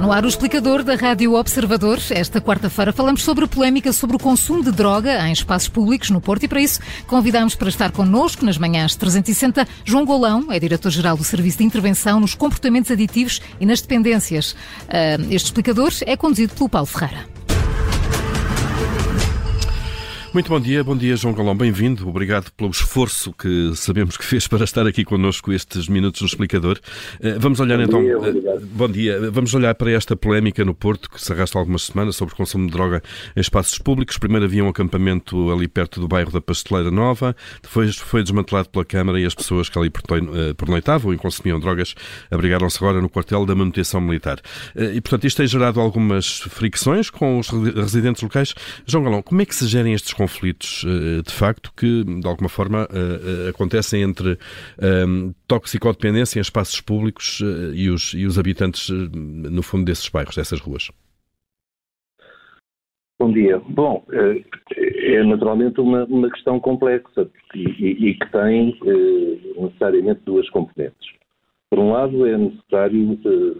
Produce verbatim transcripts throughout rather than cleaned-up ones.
no ar o explicador da Rádio Observador. Esta quarta-feira falamos sobre a polémica sobre o consumo de droga em espaços públicos no Porto e para isso convidamos para estar connosco nas manhãs trezentos e sessenta João Golão, é diretor-geral do Serviço de Intervenção nos Comportamentos Aditivos e nas Dependências. Este explicador é conduzido pelo Paulo Ferreira. Muito bom dia, bom dia João Golão, bem-vindo, obrigado pelo esforço que sabemos que fez para estar aqui connosco estes minutos no explicador. Vamos olhar bom então, dia, bom dia, vamos olhar para esta polémica no Porto que se arrasta há algumas semanas sobre o consumo de droga em espaços públicos. Primeiro havia um acampamento ali perto do bairro da Pasteleira Nova, depois foi desmantelado pela Câmara e as pessoas que ali pernoitavam e consumiam drogas abrigaram-se agora no quartel da manutenção militar. E portanto isto tem gerado algumas fricções com os residentes locais. João Golão, como é que se gerem estes conflitos, de facto, que, de alguma forma, acontecem entre um, toxicodependência em espaços públicos e os, e os habitantes, no fundo, desses bairros, dessas ruas? Bom dia. Bom, é naturalmente uma, uma questão complexa e, e, e que tem necessariamente duas componentes. Por um lado, é necessário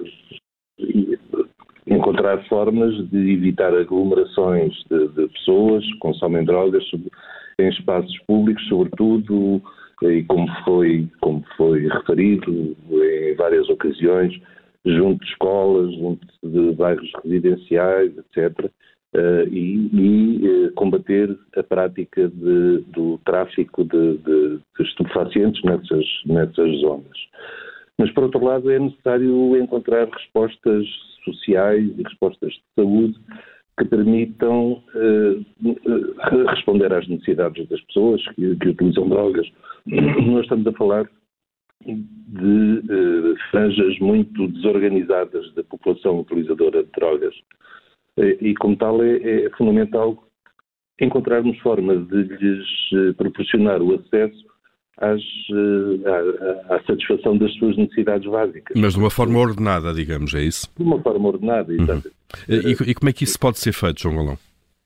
encontrar formas de evitar aglomerações de, de pessoas que consomem drogas em espaços públicos, sobretudo, e como foi, como foi referido em várias ocasiões, junto de escolas, junto de bairros residenciais, etcétera, e, e combater a prática de, do tráfico de, de, de estupefacientes nessas, nessas zonas. Mas, por outro lado, é necessário encontrar respostas sociais e respostas de saúde que permitam uh, responder às necessidades das pessoas que, que utilizam drogas. Nós estamos a falar de uh, franjas muito desorganizadas da população utilizadora de drogas. E, e como tal, é, é fundamental encontrarmos formas de lhes proporcionar o acesso Às, à, à satisfação das suas necessidades básicas. Mas de uma forma ordenada, digamos, é isso? De uma forma ordenada, exato. Uhum. E, e como é que isso pode ser feito, João Golão?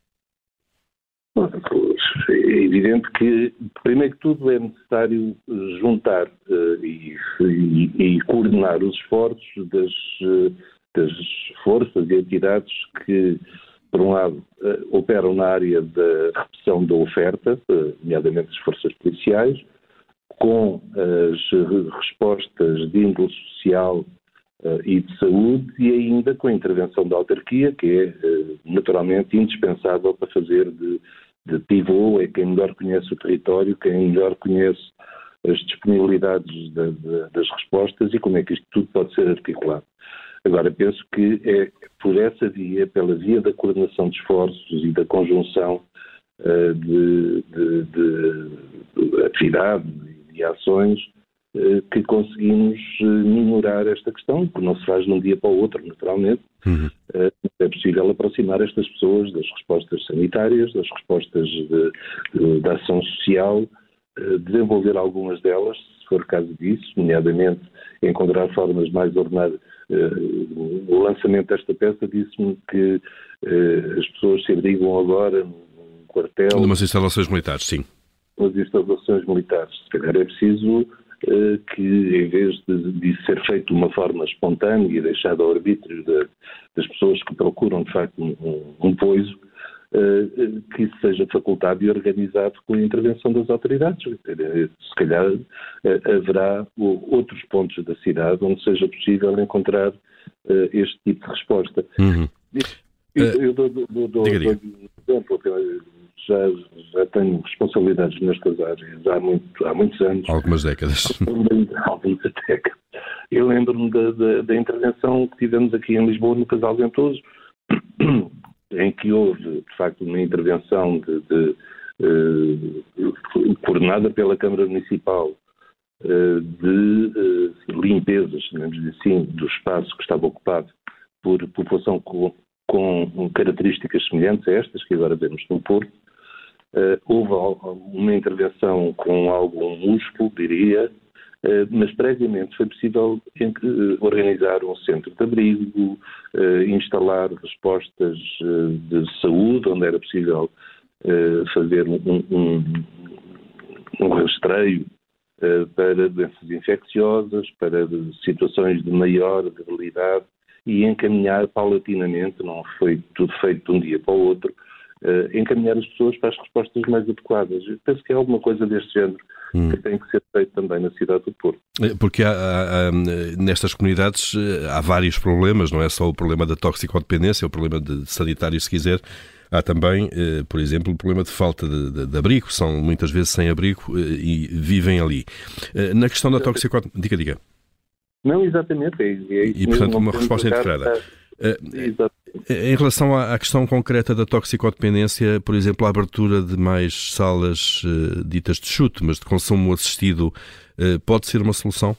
É evidente que, primeiro que tudo, é necessário juntar uh, e, e, e coordenar os esforços das, uh, das forças e entidades que, por um lado, uh, operam na área da repressão da oferta, uh, nomeadamente as forças policiais, com as respostas de índole social uh, e de saúde e ainda com a intervenção da autarquia, que é uh, naturalmente indispensável para fazer de, de pivô, é quem melhor conhece o território, quem melhor conhece as disponibilidades de, de, das respostas e como é que isto tudo pode ser articulado. Agora, penso que é por essa via, pela via da coordenação de esforços e da conjunção uh, de, de, de, de atividades e ações eh, que conseguimos eh, minorar esta questão, que não se faz de um dia para o outro, naturalmente. Uhum. Eh, é possível aproximar estas pessoas das respostas sanitárias, das respostas de, de, de ação social, eh, desenvolver algumas delas, se for caso disso, nomeadamente encontrar formas mais ordenadas. Eh, o lançamento desta peça disse-me que eh, as pessoas se abrigam agora num quartel... Numas instalações militares, sim. As instalações militares. Se calhar é preciso uh, que, em vez de, de ser feito de uma forma espontânea e deixado ao arbítrio de, das pessoas que procuram, de facto, um, um, um poiso, uh, que isso seja facultado e organizado com a intervenção das autoridades. Se calhar uh, haverá outros pontos da cidade onde seja possível encontrar uh, este tipo de resposta. Uhum. Eu, eu dou, dou, dou, diga, diga. dou, dou, dou Já, já tenho responsabilidades nestas áreas há, muito, há muitos anos. Algumas décadas. Algumas décadas. Eu lembro-me da, da, da intervenção que tivemos aqui em Lisboa, no Casal Ventoso, em que houve, de facto, uma intervenção de, de, uh, coordenada pela Câmara Municipal uh, de uh, limpezas, digamos assim, do espaço que estava ocupado por população com, com características semelhantes a estas que agora vemos no Porto. Uh, houve uma intervenção com algum músculo, diria, uh, mas previamente foi possível uh, organizar um centro de abrigo, uh, instalar respostas uh, de saúde, onde era possível uh, fazer um, um, um rastreio uh, para doenças infecciosas, para situações de maior debilidade e encaminhar paulatinamente, não foi tudo feito de um dia para o outro, uh, encaminhar as pessoas para as respostas mais adequadas. Eu penso que é alguma coisa deste género hum. que tem que ser feito também na cidade do Porto. Porque há, há, há, nestas comunidades há vários problemas, não é só o problema da toxicodependência, o problema de sanitário, se quiser. Há também, eh, por exemplo, o problema de falta de, de, de abrigo, são muitas vezes sem abrigo eh, e vivem ali. Eh, na questão da toxicodependência... Diga, diga. Não, exatamente. É, é e, portanto, uma resposta integrada. Uh, em relação à, à questão concreta da toxicodependência, por exemplo, a abertura de mais salas uh, ditas de chute, mas de consumo assistido, uh, pode ser uma solução?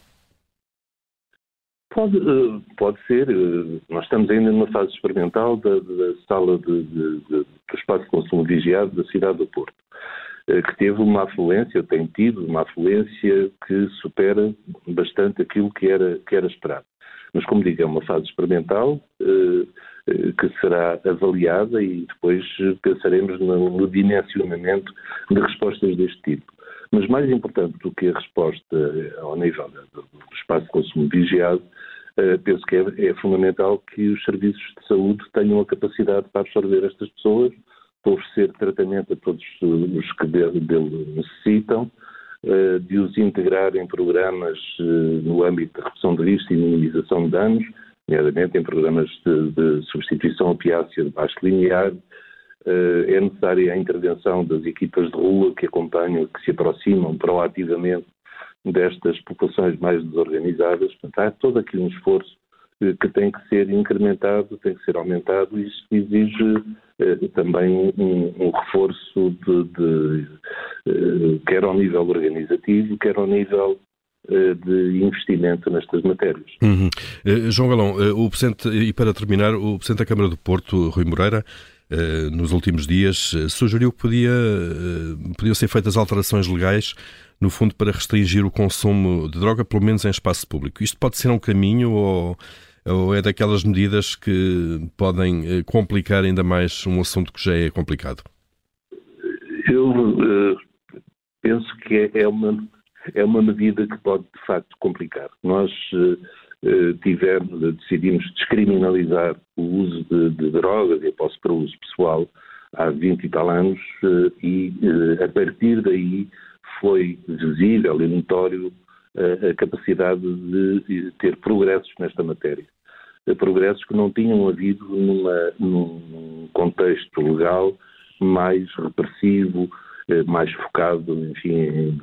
Pode, uh, pode ser. Uh, nós estamos ainda numa fase experimental da, da sala de, de, de, do espaço de consumo vigiado da cidade do Porto, uh, que teve uma afluência, tem tido uma afluência que supera bastante aquilo que era, que era esperado. Mas, como digo, é uma fase experimental uh, uh, que será avaliada e depois pensaremos no, no dimensionamento de respostas deste tipo. Mas mais importante do que a resposta ao nível do, do espaço de consumo vigiado, uh, penso que é, é fundamental que os serviços de saúde tenham a capacidade para absorver estas pessoas, para oferecer tratamento a todos os que dele, dele necessitam, uh, de os integrar em programas uh, no âmbito da redução de risco e minimização de danos, nomeadamente em programas de, de substituição opiácea de baixo linear. É necessária a intervenção das equipas de rua que acompanham, que se aproximam proativamente destas populações mais desorganizadas. Portanto, há todo aqui um esforço que tem que ser incrementado, tem que ser aumentado, e isso exige eh, também um, um reforço de, de, eh, quer ao nível organizativo, quer ao nível eh, de investimento nestas matérias. Uhum. Eh, João Galão, eh, o Presidente, e para terminar, o Presidente da Câmara do Porto, Rui Moreira, Uh, nos últimos dias, uh, sugeriu que podia, uh, podiam ser feitas alterações legais, no fundo, para restringir o consumo de droga, pelo menos em espaço público. Isto pode ser um caminho ou, ou é daquelas medidas que podem uh, complicar ainda mais um assunto que já é complicado? Eu uh, penso que é uma, é uma medida que pode, de facto, complicar. Nós uh, tivemos, decidimos descriminalizar o uso de, de drogas e a posse para uso pessoal há vinte e tal anos e a partir daí foi visível e notório a capacidade de ter progressos nesta matéria. Progressos que não tinham havido numa, num contexto legal mais repressivo, mais focado, enfim, em,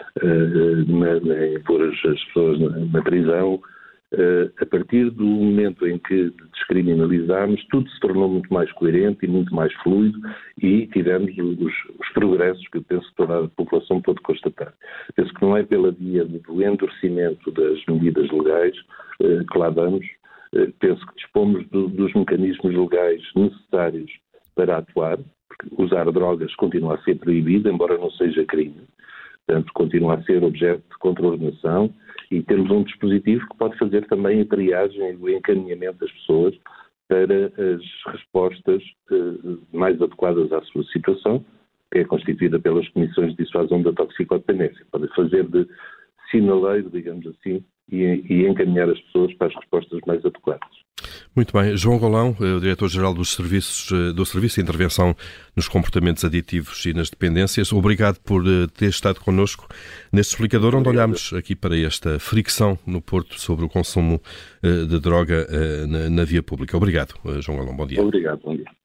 em, em pôr as pessoas na, na prisão. Uh, a partir do momento em que descriminalizámos, tudo se tornou muito mais coerente e muito mais fluido e tivemos os, os progressos que eu penso que toda a população pode constatar. Penso que não é pela via do endurecimento das medidas legais uh, que lá vamos. Uh, penso que dispomos do, dos mecanismos legais necessários para atuar, porque usar drogas continua a ser proibido, embora não seja crime. Portanto, continua a ser objeto de contraordenação e temos um dispositivo que pode fazer também a triagem e o encaminhamento das pessoas para as respostas uh, mais adequadas à sua situação, que é constituída pelas comissões de dissuasão da toxicodependência. Podem fazer de sinaleiro, digamos assim, e, e encaminhar as pessoas para as respostas mais adequadas. Muito bem. João Galão, o Diretor-Geral dos Serviços, do Serviço de Intervenção nos Comportamentos Aditivos e nas Dependências, obrigado por ter estado connosco neste explicador, onde obrigado. Olhamos aqui para esta fricção no Porto sobre o consumo de droga na, na via pública. Obrigado, João Galão. Bom dia. Obrigado. Bom dia.